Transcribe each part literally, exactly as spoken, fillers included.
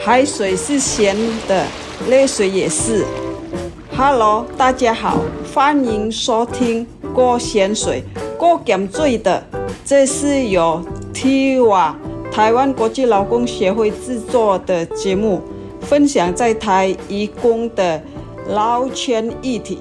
海水是咸的，泪水也是。Hello， 大家好，欢迎收听过咸水、过咸水的。这是由 T I W A 台湾国际劳工协会制作的节目，分享在台移工的劳权议题。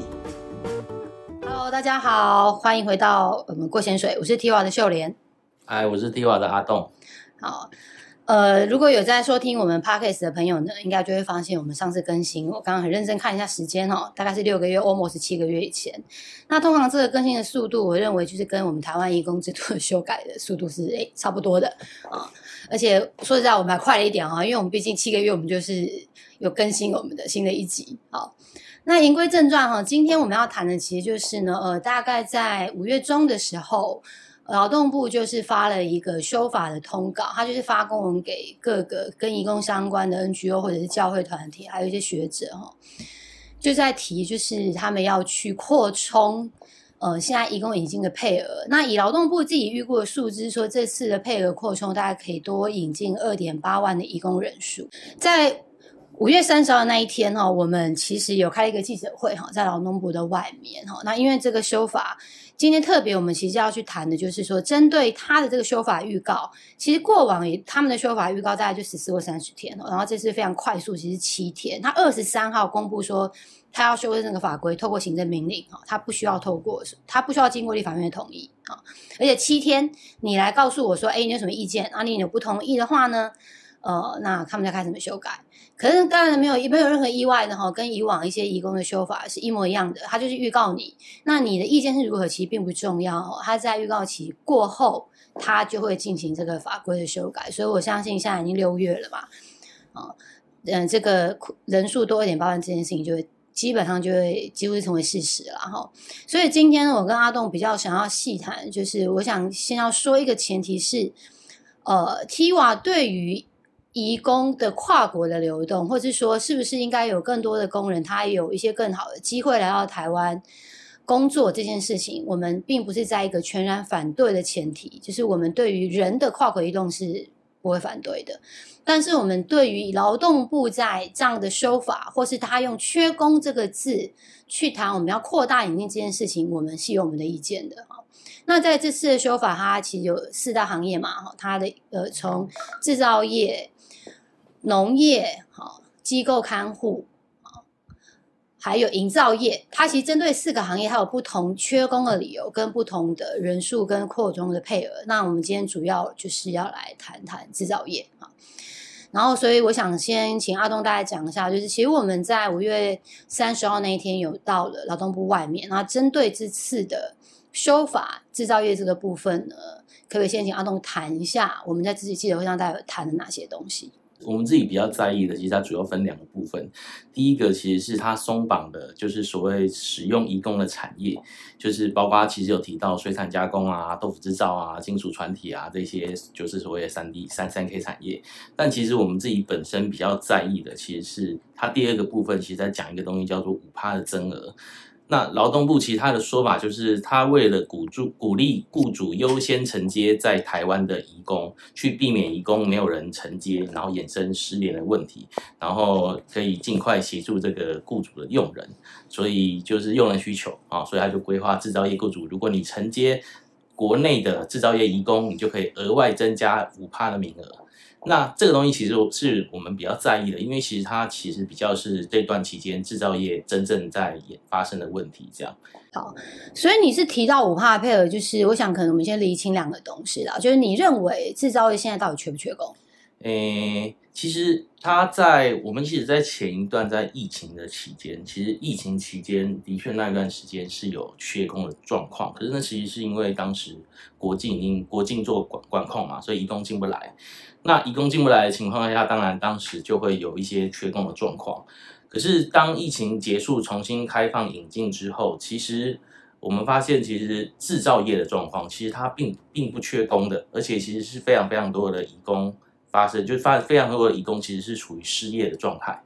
Hello， 大家好，欢迎回到我们过咸水，我是 T I W A 的秀莲。 嗨，我是 T I W A 的阿栋。 好。呃，如果有在收听我们 Podcast 的朋友呢，应该就会发现我们上次更新，我刚刚很认真看一下时间哦，大概是六个月 ，almost 七个月以前。那通常这个更新的速度，我认为就是跟我们台湾移工制度的修改的速度是诶差不多的啊。而且说实在，我们还快了一点哈，因为我们毕竟七个月，我们就是有更新我们的新的一集。好，那言归正传哈，今天我们要谈的其实就是呢，呃，大概在五月中的时候。劳动部就是发了一个修法的通告，它就是发公文给各个跟移工相关的 N G O 或者是教会团体，还有一些学者哈，就在提就是他们要去扩充呃现在移工引进的配额。那以劳动部自己预估的数字说，这次的配额扩充大概可以多引进 二点八万的移工人数。在五月三十号那一天哈，我们其实有开一个记者会哈，在劳动部的外面哈。那因为这个修法。今天特别我们其实要去谈的就是说，针对他的这个修法预告，其实过往也他们的修法预告大概就十四或三十天，然后这次非常快速，其实七天。他二十三号公布说，他要修正这个法规，透过行政命令，他不需要透过，他不需要经过立法院的同意，而且七天你来告诉我说，哎，你有什么意见？啊，你有不同意的话呢？呃，那他们再开始怎么修改？可是当然没有没有任何意外的哈，跟以往一些移工的修法是一模一样的，他就是预告你，那你的意见是如何，其实并不重要哦。他在预告期过后，他就会进行这个法规的修改，所以我相信现在已经六月了嘛，啊、嗯、呃，这个人数多 二点八万这件事情就会基本上就会几乎是成为事实了哈。所以今天我跟阿栋比较想要细谈，就是我想先要说一个前提是，呃 ，T I W A 对于移工的跨国的流动，或是说是不是应该有更多的工人他有一些更好的机会来到台湾工作这件事情，我们并不是在一个全然反对的前提，就是我们对于人的跨国移动是不会反对的，但是我们对于劳动部在这样的修法，或是他用缺工这个字去谈我们要扩大引进这件事情，我们是有我们的意见的。那在这次的修法，它其实有四大行业嘛，它的呃从制造业、农业、好机构看护，还有营造业，它其实针对四个行业，它有不同缺工的理由，跟不同的人数跟扩充的配额。那我们今天主要就是要来谈谈制造业啊。然后，所以我想先请阿东大概讲一下，就是其实我们在五月三十号那一天有到了劳动部外面，然后针对这次的修法制造业这个部分呢，可不可以先请阿东谈一下，我们在自己记者会上大概有谈的哪些东西？ 我们自己比较在意的，其实它主要分两个部分。第一个其实是它松绑的，就是所谓使用移工的产业，就是包括其实有提到水产加工啊、豆腐制造啊、金属船体啊这些，就是所谓的三 D、三三 K 产业。但其实我们自己本身比较在意的，其实是它第二个部分，其实在讲一个东西叫做 百分之五 的增额。那劳动部其实他的说法就是，他为了鼓助鼓励雇主优先承接在台湾的移工，去避免移工没有人承接，然后衍生失联的问题，然后可以尽快协助这个雇主的用人，所以就是用人需求啊，所以他就规划制造业雇主，如果你承接国内的制造业移工，你就可以额外增加 百分之五 的名额。那这个东西其实是我们比较在意的，因为其实它其实比较是这段期间制造业真正在发生的问题，这样。 好，所以你是提到 百分之五 的配额，就是我想可能我们先厘清两个东西啦，就是你认为制造业现在到底缺不缺工？ 诶，其实它在我们其实在前一段在疫情的期间，其实疫情期间的确那段时间是有缺工的状况，可是那其实是因为当时国境已经国境做管管控嘛，所以移工进不来。那移工进不来的情况下，当然当时就会有一些缺工的状况。可是当疫情结束，重新开放引进之后，其实我们发现，其实制造业的状况，其实它并并不缺工的，而且其实是非常非常多的移工发生，就是发非常多的移工其实是处于失业的状态。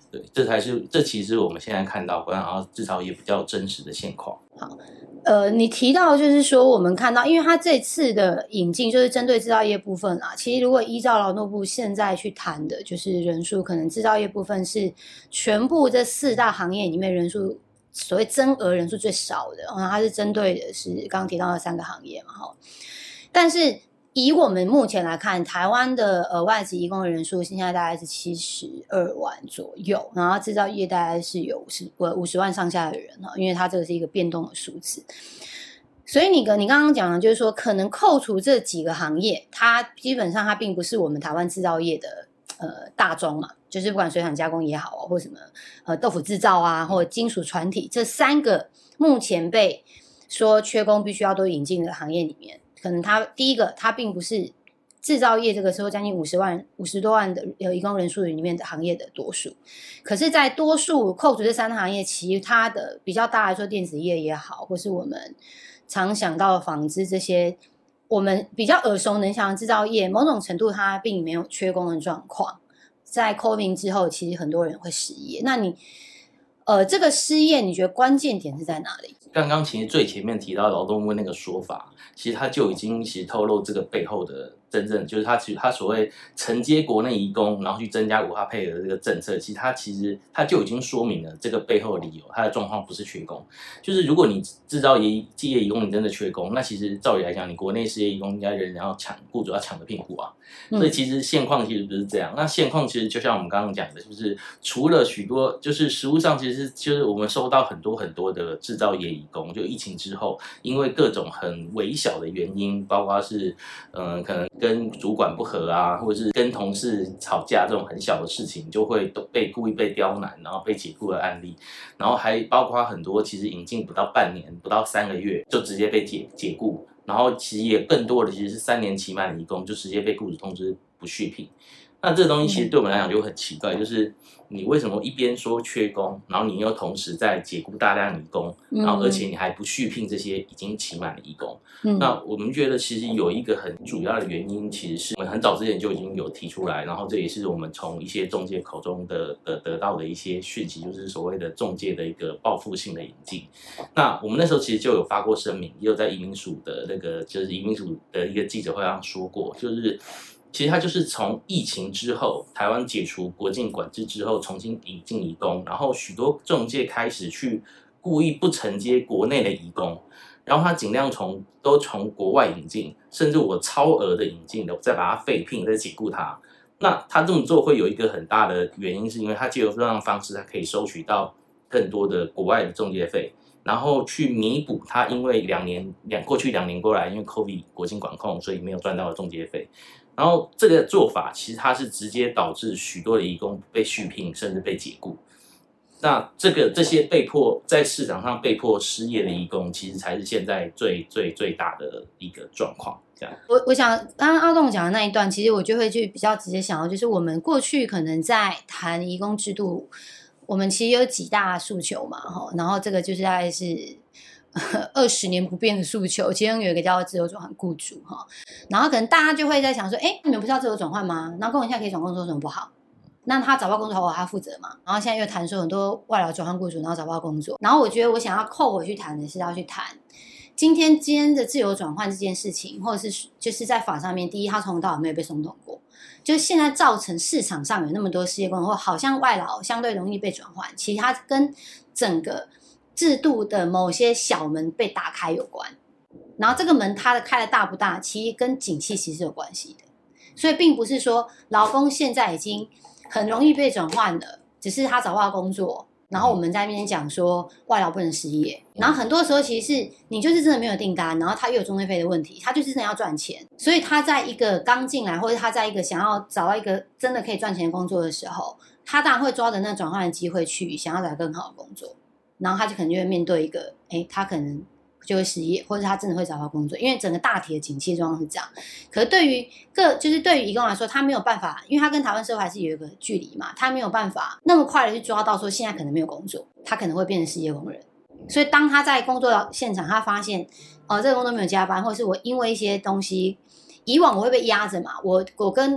对，这才是这其实我们现在看到然后制造业比较真实的现况。 好，呃，你提到就是说我们看到，因为它这次的引进就是针对制造业部分啊，其实如果依照劳动部现在去谈的，就是人数可能制造业部分是全部这四大行业里面人数所谓增额人数最少的，然后它是针对的是刚刚提到的三个行业嘛，哈，但是以我们目前来看，台湾的呃外籍移工的人数现在大概是七十二万左右，然后制造业大概是有五十呃五十万上下的人哈，因为它这个是一个变动的数字。所以你跟你刚刚讲的就是说，可能扣除这几个行业，它基本上它并不是我们台湾制造业的呃大宗嘛，就是不管水产加工也好啊，或什么呃豆腐制造啊，或者金属传体这三个目前被说缺工必须要都引进的行业里面。可能它第一个，它并不是制造业这个时候将近五十万、五十多万的有移工人数里面的行业的多数，可是，在多数扣除这三个行业，其他的比较大来说，电子业也好，或是我们常想到的纺织这些，我们比较耳熟能详的制造业，某种程度它并没有缺工的状况。在 COVID 之后，其实很多人会失业。那你呃，这个失业，你觉得关键点是在哪里？ 刚刚其实最前面提到劳动部那个说法，其实他就已经其实透露这个背后的真正就是他其实他所谓承接国内移工，然后去增加五趴配额的这个政策，其实他其实他就已经说明了这个背后的理由，他的状况不是缺工，就是如果你制造业企业移工你真的缺工，那其实照理来讲，你国内事业移工应该人人要抢，雇主要抢着聘雇啊，所以其实现况其实不是这样。那现况其实就像我们刚刚讲的，就是除了许多就是实务上其实是就是我们收到很多很多的制造业移工，就疫情之后，因为各种很微小的原因，包括是嗯、呃、可能跟主管不合啊，或者是跟同事吵架这种很小的事情，就会都被故意被刁难，然后被解雇的案例，然后还包括很多其实引进不到半年、不到三个月就直接被解解雇，然后其实也更多的其实是三年期满的移工就直接被雇主通知不续聘。那这个东西其实对我们来讲就很奇怪，就是你为什么一边说缺工，然后你又同时在解雇大量移工，然后而且你还不续聘这些已经期满的移工？嗯，那我们觉得其实有一个很主要的原因，其实是我们很早之前就已经有提出来，然后这也是我们从一些仲介口中的得得到的一些讯息，就是所谓的仲介的一个报复性的引进。那我们那时候其实就有发过声明，也有在移民署的那个就是移民署的一个记者会上说过，就是其实它就是从疫情之后，台湾解除国境管制之后，重新引进移工，然后许多仲介开始去故意不承接国内的移工，然后他尽量从都从国外引进，甚至我超额的引进的，再把它废聘，再解雇他。那他这么做会有一个很大的原因，是因为他借由这样的方式，他可以收取到更多的国外的仲介费，然后去弥补他因为两年两过去两年过来，因为 COVID 国境管控，所以没有赚到的仲介费。然后这个做法其实它是直接导致许多的移工被续聘，甚至被解雇。那这个这些被迫在市场上被迫失业的移工，其实才是现在最最最大的一个状况。这样， 我我想刚刚阿栋讲的那一段，其实我就会去比较直接想到，就是我们过去可能在谈移工制度，我们其实有几大诉求嘛，哈，然后这个就是大概是二十年不变的诉求，其中有一个叫自由转换雇主哈，然后可能大家就会在想说，哎，你们不是要自由转换吗？然后工人现在可以转工作，有什么不好？那他找不到工作，好，他负责嘛。然后现在又谈说很多外劳转换雇主，然后找不到工作。然后我觉得我想要扣回去谈的是要去谈今天今天的自由转换这件事情，或者是就是在法上面，第一，他从头到尾没有被松动过，就是现在造成市场上有那么多失业工人，或好像外劳相对容易被转换，其实它跟整个制度的某些小门被打开有关。然后这个门它的开的大不大，其实跟景气其实有关系的。所以并不是说劳工现在已经很容易被转换了，只是他找不到工作，然后我们在那边讲说外劳不能失业，然后很多时候其实是你就是真的没有订单，然后他又有中介费的问题，他就是真的要赚钱，所以他在一个刚进来，或者他在一个想要找到一个真的可以赚钱的工作的时候，他当然会抓着那转换的机会去想要找更好的工作，然后他就可能就会面对一个，哎，他可能就会失业，或者他真的会找到工作，因为整个大体的景气状况是这样。可是对于各就是对于移工来说，他没有办法，因为他跟台湾社会还是有一个距离嘛，他没有办法那么快的去抓到说现在可能没有工作，他可能会变成失业工人。所以当他在工作现场，他发现哦、呃、这个工作没有加班，或者是我因为一些东西，以往我会被压着嘛，我我跟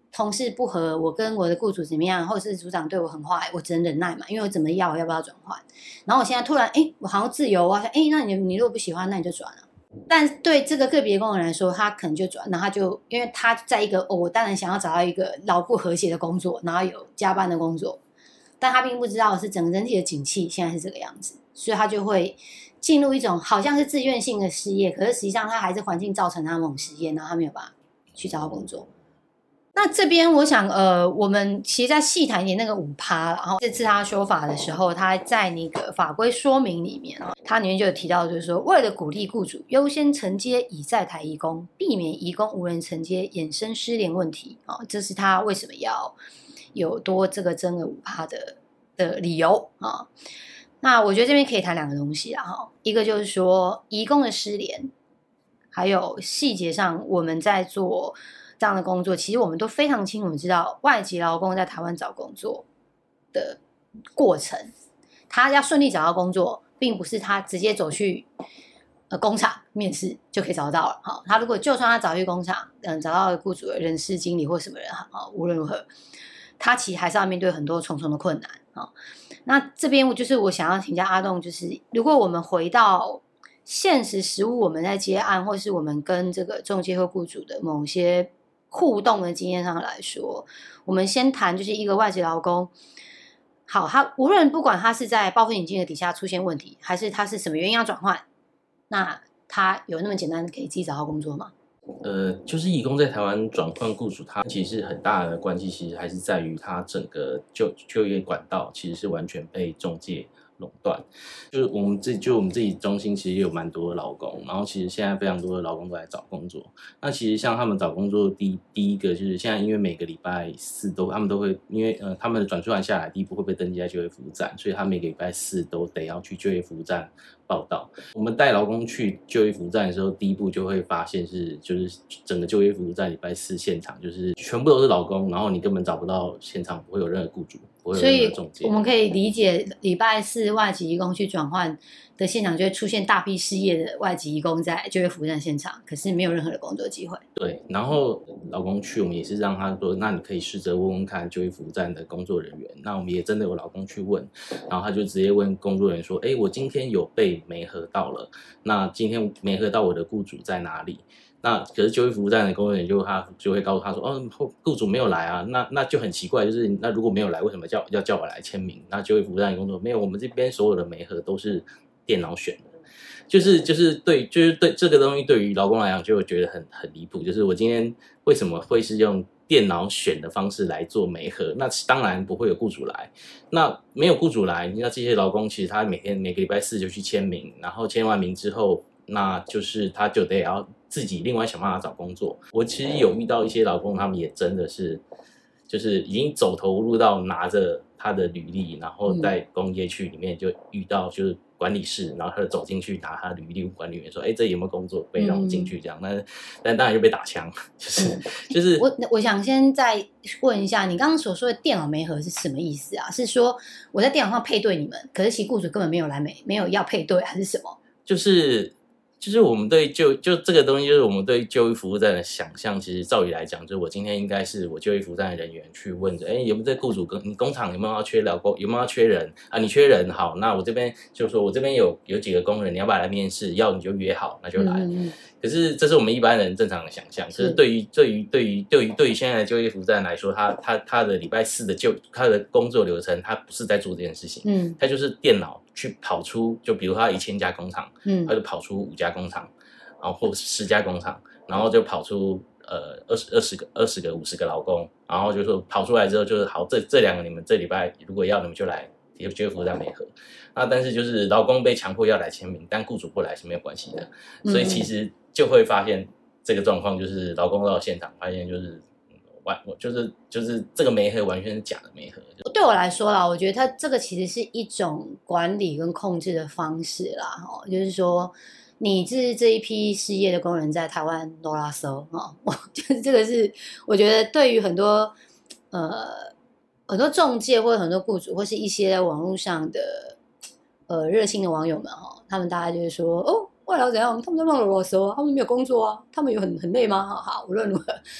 同事不合，我跟我的雇主怎么样，或者是组长对我很坏，我只能忍耐嘛，因为我怎么要，我要不要转换？然后我现在突然，哎，我好像自由啊，哎，那你你如果不喜欢，那你就转了。但对这个个别工人来说，他可能就转，然后他就因为他在一个、哦、我当然想要找到一个劳不和谐的工作，然后有加班的工作，但他并不知道是整个整体的景气现在是这个样子，所以他就会进入一种好像是自愿性的失业，可是实际上他还是环境造成他某种失业，然后他没有办法去找到工作。那这边我想，呃，我们其实再细谈一点那个五趴，然后这次他修法的时候，他在那个法规说明里面啊，它里面就有提到，就是说，为了鼓励雇主优先承接已在台移工，避免移工无人承接衍生失联问题啊，这是他为什么要有多这个增额五趴的的理由啊。那我觉得这边可以谈两个东西啦哈，一个就是说移工的失联，还有细节上我们在做这样的工作，其实我们都非常清楚知道外籍劳工在台湾找工作的过程，他要顺利找到工作，并不是他直接走去呃工厂面试就可以找得到了。好，他如果就算他找去工厂，嗯，找到雇主的人事经理或什么人，好，无论如何，他其实还是要面对很多重重的困难。好，那这边我就是我想要请教阿栋，就是如果我们回到现实实务，我们在接案，或是我们跟这个中介或雇主的某些互动的经验上来说，我们先谈就是一个外籍劳工，好，他无论不管他是在报废引进的底下出现问题，还是他是什么原因要转换，那他有那么简单可以自己找到工作吗？ 呃，就是移工在台湾转换雇主，它其实很大的关系，其实还是在于它整个就就业管道其实是完全被中介垄断。就是我们自就我们自己中心其实也有蛮多的劳工，然后其实现在非常多的劳工都来找工作。那其实像他们找工作第第一个就是现在因为每个礼拜四都他们都会因为呃他们的转出完下来第一步会被登记在就业服务站，所以他每个礼拜四都得要去就业服务站报到。我们带劳工去就业服务站的时候，第一步就会发现是就是整个就业服务站礼拜四现场就是全部都是劳工，然后你根本找不到现场不会有任何雇主，不会有任何中介。 所以我们可以理解礼拜四外籍移工去转换的现场就会出现大批失业的外籍移工在就业服务站现场，可是没有任何的工作机会。 对，然后劳工去我们也是让他说，那你可以试着问问看就业服务站的工作人员。那我们也真的有劳工去问，然后他就直接问工作人员说，哎，我今天有被媒合到了，那今天媒合到我的雇主在哪里？那可是就业服务站的工作人员就他就会告诉他说，哦，雇主没有来啊，那那就很奇怪，就是那如果没有来，为什么叫要叫我来签名？那就业服务站的工作没有，我们这边所有的媒合都是电脑选的。就是就是对就是对这个东西对于劳工来讲就会觉得很很离谱，就是我今天为什么会是用电脑选的方式来做媒合？那当然不会有雇主来，那没有雇主来，那这些劳工其实他每天每个礼拜四就去签名，然后签完名之后，那就是他就得要自己另外想办法找工作。我其实有遇到一些劳工，他们也真的是就是已经走投无路到拿着他的履历，然后在工业区里面就遇到就是管理室，然后他就走进去拿他的履历，管理员说：“哎，这有没有工作？可以让我进去？”这样，但是但当然就被打枪，就是就是我我想先再问一下，你刚刚所说的电脑媒合是什么意思啊？是说我在电脑上配对你们，可是其雇主根本没有来没没有要配对，还是什么？ 就是就是我们对就就这个东西，就是我们对就业服务站的想象。其实照理来讲，就是我今天应该是我就业服务站的人员去问着，哎，有没有这雇主跟你工厂有没有要缺劳工，有没有要缺人啊？你缺人，好，那我这边就是说我这边有有几个工人，你要不要来面试？要你就约好，那就来。嗯嗯，可是这是我们一般人正常的想象，可是对于对于对于对于对于现在的就业服务站来说，他他他的礼拜四的就他的工作流程，他不是在做这件事情，嗯，他就是电脑去跑出，就比如他一千家工厂，嗯，他就跑出五家工厂。然后或十家工厂，然后就跑出呃二十二十个二十个五十个劳工，然后就说跑出来之后就是好，这这两个你们这礼拜如果要你们就来就业服务站媒合。那但是就是劳工被强迫要来签名，但雇主不来是没有关系的，所以其实就会发现这个状况，就是劳工到现场发现就是完就是就是这个媒合完全是假的媒合。 对我来说啦，我觉得它这个其实是一种管理跟控制的方式啦，哦，就是说。你是这一批失业的工人在台湾啰啦嗦哦，我就是这个是我觉得对于很多呃很多中介或者很多雇主或是一些网络上的呃热心的网友们哦，他们大概就是说哦外劳怎样，他们都乱啰啰嗦，他们没有工作啊，他们有很很累吗？好好，无论如何，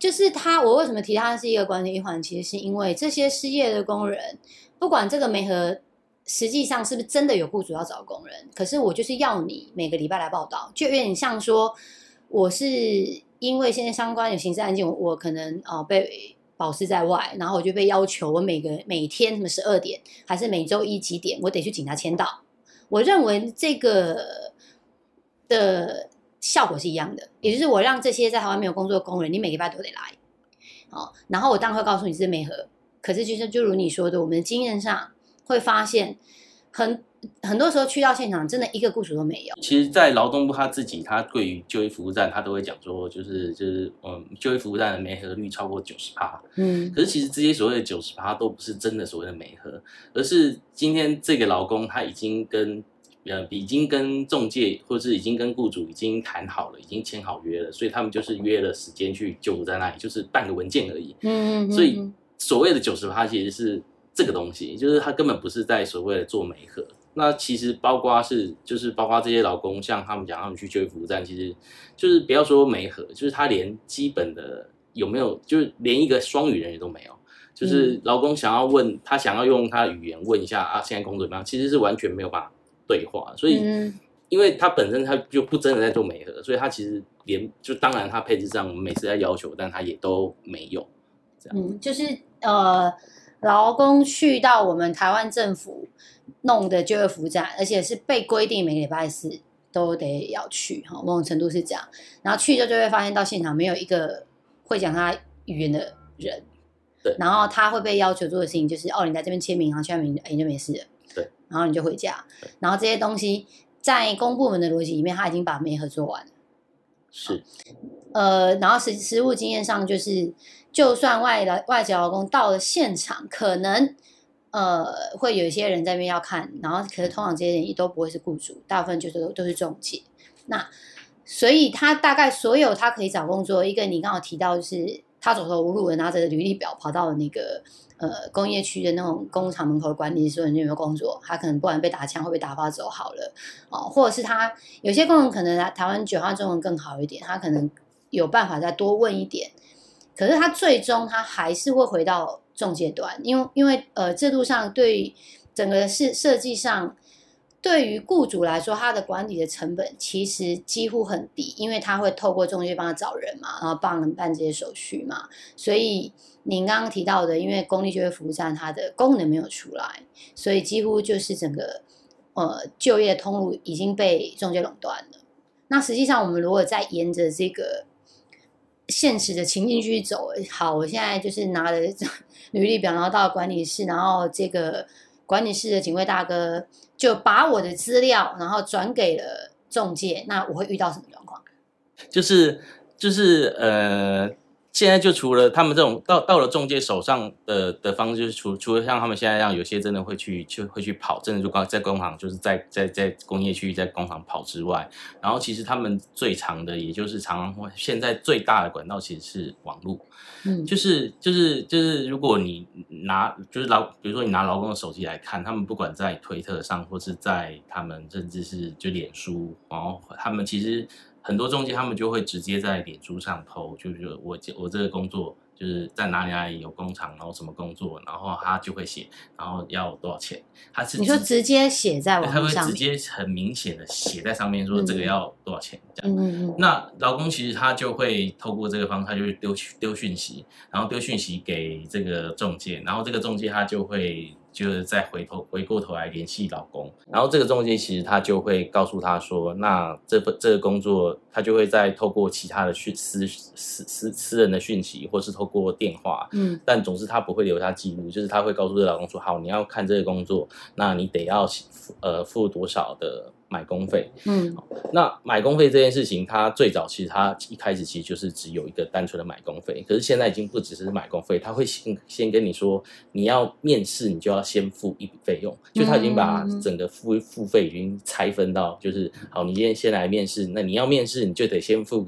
就是他，我为什么提他是一个管理一环，其实是因为这些失业的工人，不管这个媒合实际上是不是真的有雇主要找工人，可是我就是要你每个礼拜来报道，就有点像说我是因为现在相关有刑事案件，我, 我可能呃被保释在外，然后我就被要求我每个每天什么十二点还是每周一几点，我得去警察签到。我认为这个的效果是一样的，也就是我让这些在台湾没有工作的工人，你每个礼拜都得来，哦，然后我当然会告诉你是媒合，可是就是就如你说的，我们的经验上会发现很很多时候去到现场，真的一个雇主都没有。 其实，在劳动部他自己，他对于就业服务站，他都会讲说，就是就是嗯，就业服务站的媒合率超过九十趴。嗯，可是其实这些所谓的九十趴都不是真的所谓的媒合，而是今天这个劳工他已经跟呃已经跟仲介或是已经跟雇主已经谈好了，已经签好约了，所以他们就是约了时间去就服在那里，就是办个文件而已。嗯嗯嗯，所以所谓的九十趴其实是这个东西，就是他根本不是在所谓的做媒合。那其实包括是，就是包括这些劳工，像他们讲他们去就业服务站，其实就是不要说媒合，就是他连基本的有没有，就是连一个双语人员都没有。就是劳工想要问他，想要用他的语言问一下啊，现在工作怎么样，其实是完全没有办法对话。所以，因为他本身他就不真的在做媒合，所以他其实连就当然他配置上我们每次在要求，但他也都没有这样。 嗯，就是呃。劳工去到我们台湾政府弄的就业服务站，而且是被规定每个礼拜四都得要去，某种程度是这样。然后去就就会发现到现场没有一个会讲他语言的人， 对。 然后他会被要求做的事情就是，哦，你在这边签名，然后签完名，哎，你就没事了， 对。 然后你就回家。然后这些东西在公部门的逻辑里面，他已经把媒合做完了。 是。 呃，然后实实务经验上就是。就算外来外籍劳工到了现场，可能呃会有一些人在那边要看，然后可是通常这些人也都不会是雇主，大部分就是都是中介。那所以他大概所有他可以找工作，一个你刚好提到就是他走投无路的拿着履历表跑到了那个呃工业区的那种工厂门口管理说你有没有工作，他可能不然被打枪会被打发走好了哦，或者是他有些工人可能台湾久他中文更好一点，他可能有办法再多问一点。可是他最终他还是会回到中介端，因为因为呃制度上对整个设设计上，对于雇主来说，他的管理的成本其实几乎很低，因为他会透过中介帮他找人嘛，然后帮人办这些手续嘛。所以您刚刚提到的，因为公立就业服务站它的功能没有出来，所以几乎就是整个呃就业通路已经被中介垄断了。那实际上我们如果再沿着这个现实的情境去走，好，我现在就是拿着履历表，然后到管理室，然后这个管理室的警卫大哥就把我的资料，然后转给了仲介，那我会遇到什么状况？ 就是就是呃，现在就除了他们这种到到了仲介手上的的方式，就是除除了像他们现在这样，有些真的会去就会去跑，真的就光在工厂，就是在在在工业区域在工厂跑之外，然后其实他们最长的，也就是常常会现在最大的管道其实是网络，嗯，就是就是就是如果你拿就是劳，比如说你拿劳工的手机来看，他们不管在推特上，或是在他们甚至是就脸书，然后他们其实。很多中介他们就会直接在脸书上投，就是我我这个工作就是在哪里哪里有工厂，然后什么工作，然后他就会写，然后要多少钱。他是你说直接写在网络上面， 他会直接很明显的写在上面，说这个要多少钱这样。嗯嗯那劳工其实他就会透过这个方式，他就会丢丢讯息，然后丢讯息给这个中介，然后这个中介他就会。就是再回头回过头来联系劳工，然后这个中介其实他就会告诉他说，那这份这个工作他就会再透过其他的讯私私私私人的讯息，或是透过电话，嗯，但总之他不会留下记录，就是他会告诉这个劳工说，好，你要看这个工作，那你得要呃付多少的买工费，嗯，那买工费这件事情，它最早其实它一开始其实就是只有一个单纯的买工费，可是现在已经不只是买工费，他会先先跟你说，你要面试你就要先付一笔费用，就他已经把整个付付费已经拆分到，就是好，你今天先来面试，那你要面试你就得先付个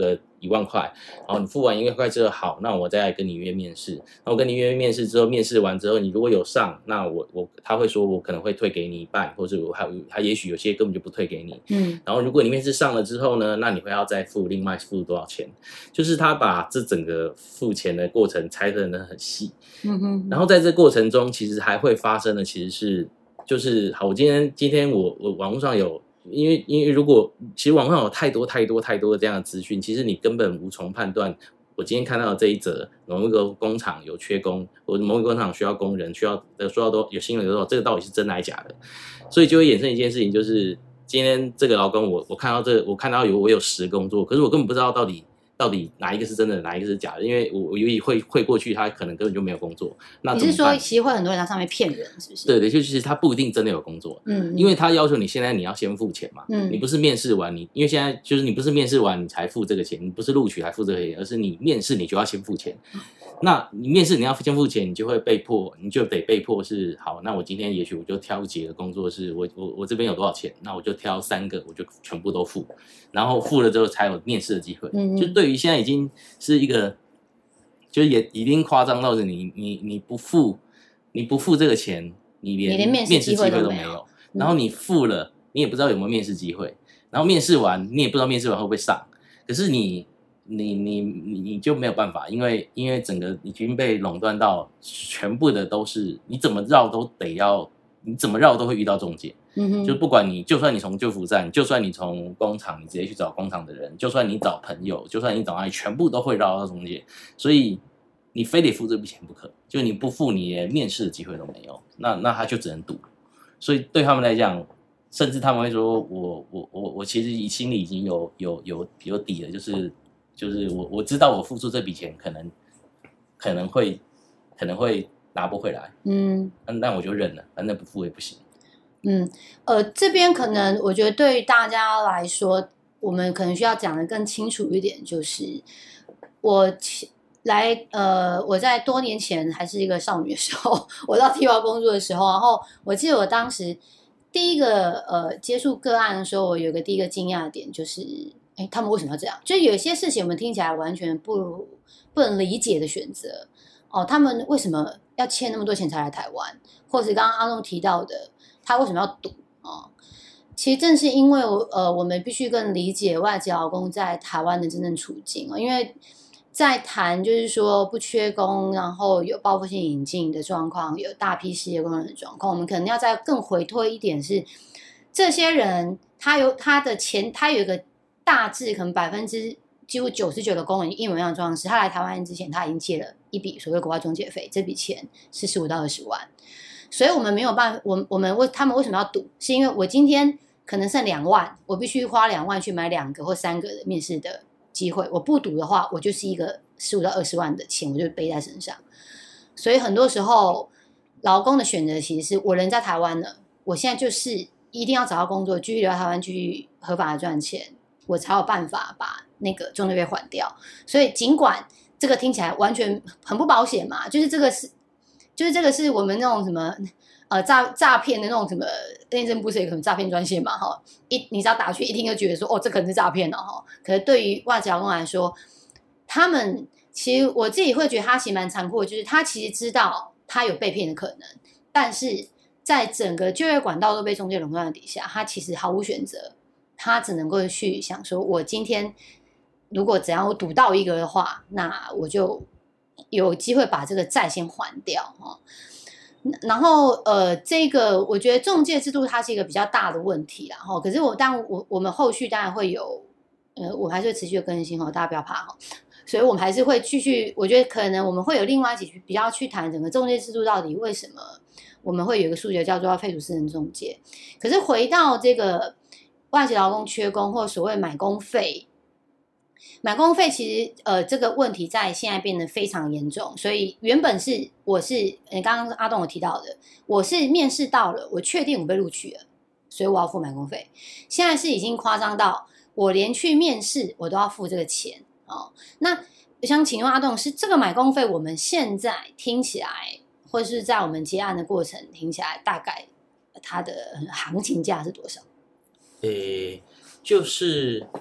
一万块，然后你付完一万块之后，好，那我再来跟你约面试，然后我跟你约面试之后，面试完之后，你如果有上，那我我他会说我可能会退给你一半，或者我还有他也许有些根本就不退给你，嗯，然后如果你面试上了之后呢，那你会要再付另外付多少钱？就是他把这整个付钱的过程拆分得很细，嗯哼，然后在这过程中，其实还会发生的其实是就是好，我今天今天我我网络上有。因为因为如果其实网上有太多太多太多的这样的资讯，其实你根本无从判断。我今天看到的这一则，某一个工厂有缺工，或者某一个工厂需要工人，需要说到多有新人的时候，这个到底是真还是假的？所以就会衍生一件事情，就是今天这个劳工，我我看到这我看到有我有十工作，可是我根本不知道到底。到底哪一个是真的，哪一个是假的？因为我我由于会汇过去，他可能根本就没有工作。那你是说，其实会很多人在上面骗人，是不是？ 对对，就其实他不一定真的有工作，嗯，因为他要求你现在你要先付钱嘛，嗯，你不是面试完你，因为现在就是你不是面试完你才付这个钱，你不是录取还付这个钱，而是你面试你就要先付钱。那你面试你要先付钱，你就会被迫，你就得被迫是好。那我今天也许我就挑几个工作是我我我这边有多少钱，那我就挑三个，我就全部都付，然后付了之后才有面试的机会。嗯，就对于现在已经是一个，就是也已经夸张到是你你你不付你不付这个钱，你连面试机会都没有。然后你付了，你也不知道有没有面试机会。然后面试完，你也不知道面试完会不会上。可是你。你你你你就没有办法，因为因为整个已经被垄断到全部的都是你怎么绕都得要，你怎么绕都会遇到中介。嗯哼，就不管你就算你从救扶站，就算你从工厂，你直接去找工厂的人，就算你找朋友，就算你找哪里，全部都会绕到中介。所以你非得付这笔钱不可，就你不付，你连面试的机会都没有。那那他就只能赌。所以对他们来讲，甚至他们会说我我我我其实心里已经有有有有底了，就是。就是我我知道我付出这笔钱可能可能会可能会拿不回来，嗯，但我就认了，反正不付也不行。 嗯，呃，这边可能我觉得对于大家来说，我们可能需要讲的更清楚一点，就是我来呃我在多年前还是一个少女的时候，我到提保工作的时候，然后我记得我当时第一个呃接触个案的时候，我有个第一个惊讶的点就是。哎，他们为什么要这样？就有些事情我们听起来完全不不能理解的选择哦，他们为什么要欠那么多钱才来台湾？或者刚刚阿东提到的，他为什么要赌哦？其实正是因为呃，我们必须更理解外籍劳工在台湾的真正处境哦，因为在谈就是说不缺工，然后有报复性引进的状况，有大批失业工人的状况，我们可能要再更回推一点是，这些人他有他的钱，他有一个。大致可能百分之几乎九十九的工人一模一样的状况是，他来台湾之前他已经借了一笔所谓国外中介费，这笔钱是十五到二十万，所以我们没有办法，我我们为他们为什么要赌？是因为我今天可能剩两万，我必须花两万去买两个或三个的面试的机会，我不赌的话，我就是一个十五到二十万的钱，我就背在身上。所以很多时候，劳工的选择其实是我人在台湾了，我现在就是一定要找到工作，继续留在台湾，继续合法的赚钱。我才有办法把那个中介费还掉，所以尽管这个听起来完全很不保险嘛，就是这个是，就是这个是我们那种什么呃诈诈骗的那种什么内政部是有可能诈骗专线嘛哈，一你只要打去一听就觉得说哦这可能是诈骗了哈，可是对于外籍劳工来说，他们其实我自己会觉得他其实蛮残酷的，就是他其实知道他有被骗的可能，但是在整个就业管道都被中介垄断的底下，他其实毫无选择。他只能够去想说，我今天如果只要赌到一个的话，那我就有机会把这个债先还掉哈。然后呃，这个我觉得中介制度它是一个比较大的问题啦哈。可是我当我我们后续当然会有呃，我们还是会持续的更新哈，大家不要怕哈。所以我们还是会继续，我觉得可能我们会有另外一集比较去谈整个中介制度到底为什么我们会有一个诉求叫做要废除私人中介。可是回到这个。外籍劳工缺工或所谓买工费，买工费其实呃这个问题在现在变得非常严重，所以原本是我是你刚刚阿东有提到的，我是面试到了，我确定我被录取了，所以我要付买工费。现在是已经夸张到我连去面试我都要付这个钱哦。那我想请问阿东，是这个买工费我们现在听起来，或是在我们结案的过程听起来，大概它的行情价是多少？ 诶，就是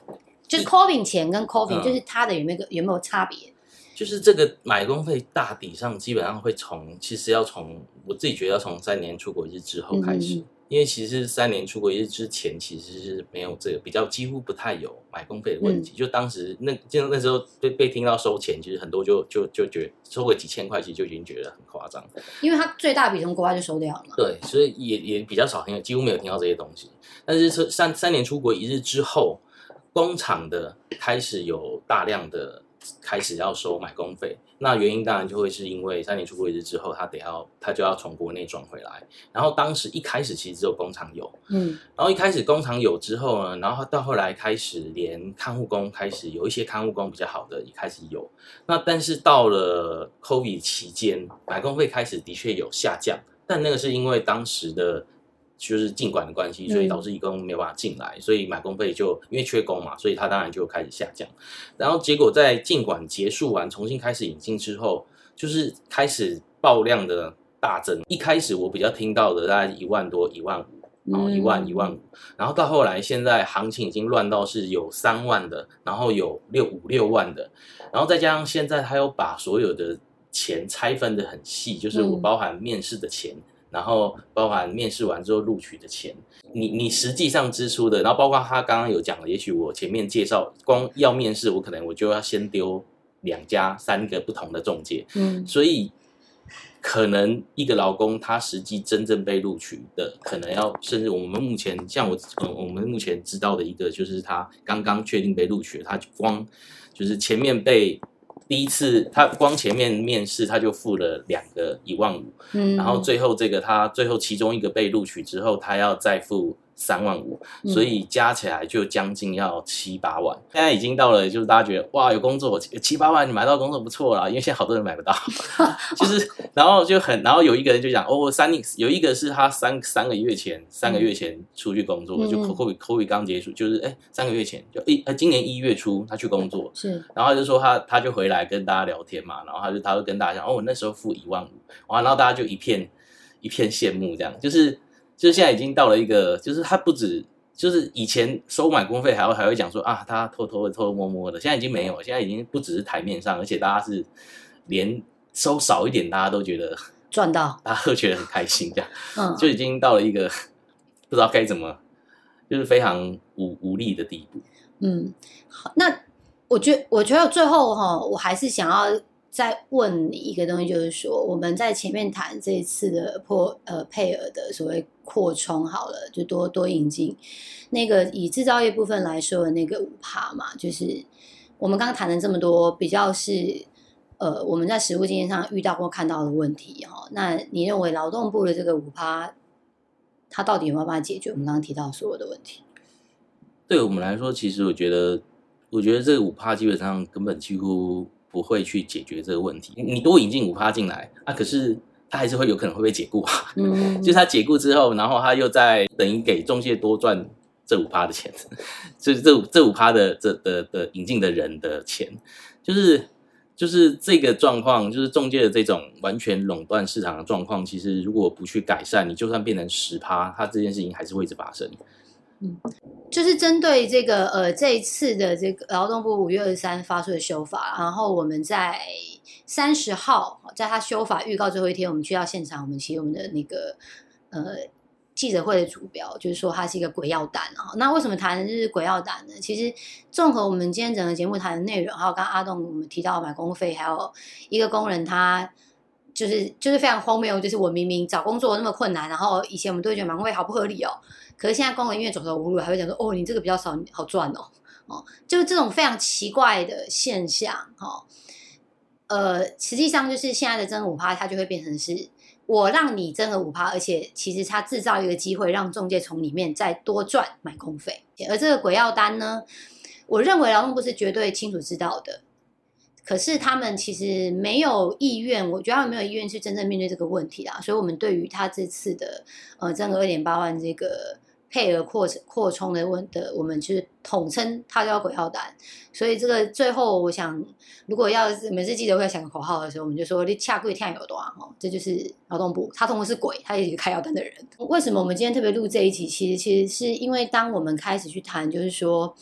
就是 COVID 前跟 COVID、 嗯、 就是它的有没有有没有差别？ 就是这个买工费大体上基本上会从，其实要从我自己觉得要从三年出国一日之后开始。嗯嗯，因为其实三年出国一日之前其实是没有这个比较几乎不太有买工费的问题，嗯、就当时那就那时候被被听到收钱，其实很多就就就觉得收个几千块，其实就已经觉得很夸张， 因为它最大笔从国外就收掉了嘛。 对，所以也也比较少听，几乎没有听到这些东西。但是三三年出国一日之后，工厂的开始有大量的开始要收买工费，那原因当然就会是因为三年出国一日之后，他得要他就要从国内转回来。然后当时一开始其实只有工厂有，嗯，然后一开始工厂有之后呢，然后到后来开始连看护工开始有一些看护工比较好的也开始有。那但是到了 COVID 期间，买工费开始的确有下降，但那个是因为当时的就是进管的关系，所以导致移工没有办法进来，嗯、所以买工费就因为缺工嘛，所以它当然就开始下降。然后结果在进管结束完，重新开始引进之后，就是开始爆量的大增。一开始我比较听到的大概一万多、一万五，然后一万、一万五，然后到后来现在行情已经乱到是有三万的，然后有六五六万的，然后再加上现在他又把所有的钱拆分的很细，就是我包含面试的钱。嗯，然后包含面试完之后录取的钱，你你实际上支出的，然后包括他刚刚有讲了，也许我前面介绍光要面试，我可能我就要先丢两家三个不同的中介，嗯，所以可能一个劳工他实际真正被录取的，可能要甚至我们目前像我、呃、我们目前知道的一个，就是他刚刚确定被录取，他光就是前面被。第一次他光前面面试他就付了两个一万五，嗯，然后最后这个他最后其中一个被录取之后，他要再付三万五，所以加起来就将近要七八万。现在已经到了，就是大家觉得哇，有工作七八万，你买到工作不错啦，因为现在好多人买不到，就是然后就很，然后有一个人就讲哦，三有一个是他三三个月前三个月前出去工作，嗯、就 COVID COVID 刚结束，就是哎三个月前就一今年一月初他去工作，是，然后他就说他他就回来跟大家聊天嘛，然后他就他就跟大家讲哦，我那时候付一万五，哇，然后大家就一片一片羡慕这样，就是。就是现在已经到了一个，就是他不止，就是以前收买工费还会还会讲说啊，他偷偷的、偷偷摸摸的，现在已经没有，现在已经不只是台面上，而且大家是连收少一点，大家都觉得赚到， 大家都觉得很开心，这样，嗯，就已经到了一个不知道该怎么，就是非常无无力的地步。嗯， 好，那我觉得，我觉得最后哈，我还是想要。再问你一个东西，就是说我们在前面谈这一次的破呃配额的所谓扩充好了，就多多引进那个以制造业部分来说的那个 百分之五 嘛，就是我们刚刚谈了这么多，比较是呃我们在实务经验上遇到或看到的问题哈。那你认为劳动部的这个 百分之五， 它到底有没有办法解决我们刚刚提到所有的问题？ 对我们来说，其实我觉得，我觉得这个 百分之五 基本上根本几乎。不会去解决这个问题。你多引进 百分之五 进来啊，可是他还是会有可能会被解雇啊。嗯，就是他解雇之后，然后他又在等于给中介多赚这 百分之五 的钱，就是这这 百分之五 的这的的引进的人的钱，就是就是这个状况，就是中介的这种完全垄断市场的状况，其实如果不去改善，你就算变成 百分之十， 它这件事情还是会一直发生。 嗯，就是针对这个呃这一次的这个劳动部五月二十三发出的修法，然后我们在三十号在他修法预告最后一天，我们去到现场，我们其实我们的那个呃记者会的主标就是说它是一个鬼药单啊。那为什么谈的就是鬼药单呢？其实综合我们今天整个节目谈的内容，还有刚刚阿栋我们提到买工费，还有一个工人他。就是就是非常荒谬，就是我明明找工作那么困难，然后以前我们都会觉得买工费好不合理哦，可是现在工人因为走投无路，还会讲说哦，你这个比较少好赚哦，哦，就是这种非常奇怪的现象，哦，呃，实际上就是现在的增 百分之五， 它就会变成是我让你增了 百分之五， 而且其实它制造一个机会，让中介从里面再多赚买工费，而这个鬼药单呢，我认为劳动部是绝对清楚知道的。可是他们其实没有意愿，我觉得他们没有意愿去真正面对这个问题啦，所以我们对于他这次的呃增额 二点八万这个配额扩扩充的问的，我们就是统称它叫鬼号单。所以这个最后我想，如果要每次记者会想口号的时候，我们就说你恰贵跳有多啊，这就是劳动部，他同时是鬼，他也是一个开药单的人。为什么我们今天特别录这一集？其实其实是因为当我们开始去谈，就是说。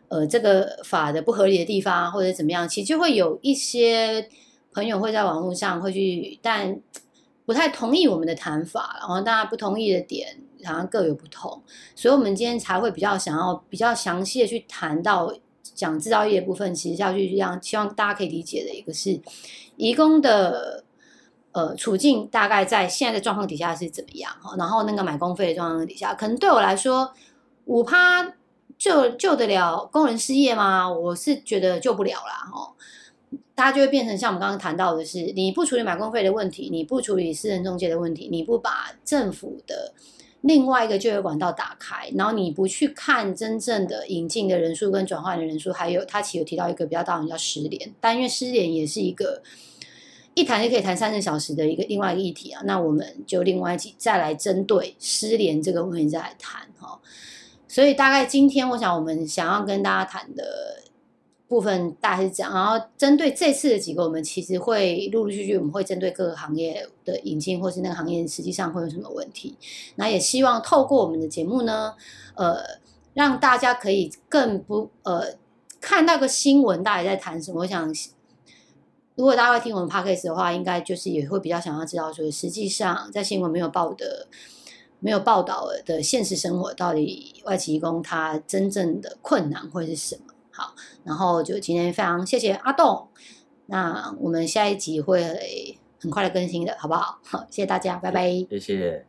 呃这个法的不合理的地方或者怎么样，其实就会有一些朋友会在网络上会去，但不太同意我们的谈法，然后大家不同意的点好像各有不同，所以我们今天才会比较想要比较详细的去谈到讲制造业的部分，其实要去让希望大家可以理解的一个是移工的呃处境大概在现在的状况底下是怎么样，然后那个买工费的状况底下，可能对我来说 百分之五 救救得了工人失业吗？我是觉得救不了啦齁。大家就会变成像我们刚刚谈到的是，你不处理买工费的问题，你不处理私人中介的问题，你不把政府的另外一个就业管道打开，然后你不去看真正的引进的人数跟转换的人数，还有他其实有提到一个比较大的叫失联，但因为失联也是一个一谈就可以谈三十小时的一个另外一个议题啊，那我们就另外一集再来针对失联这个问题再来谈哈。所以大概今天我想我们想要跟大家谈的部分大概是这样，然后针对这次的几个，我们其实会陆陆续续我们会针对各个行业的引进，或是那个行业实际上会有什么问题，那也希望透过我们的节目呢，呃，让大家可以更不呃看到个新闻大家在谈什么。我想，如果大家会听我们 podcast 的话，应该就是也会比较想要知道说，实际上在新闻没有报的。没有报道的现实生活，到底外籍移工他真正的困难会是什么？好，然后就今天非常谢谢阿栋，那我们下一集会很快的更新的，好不好？好，谢谢大家，拜拜。 谢谢。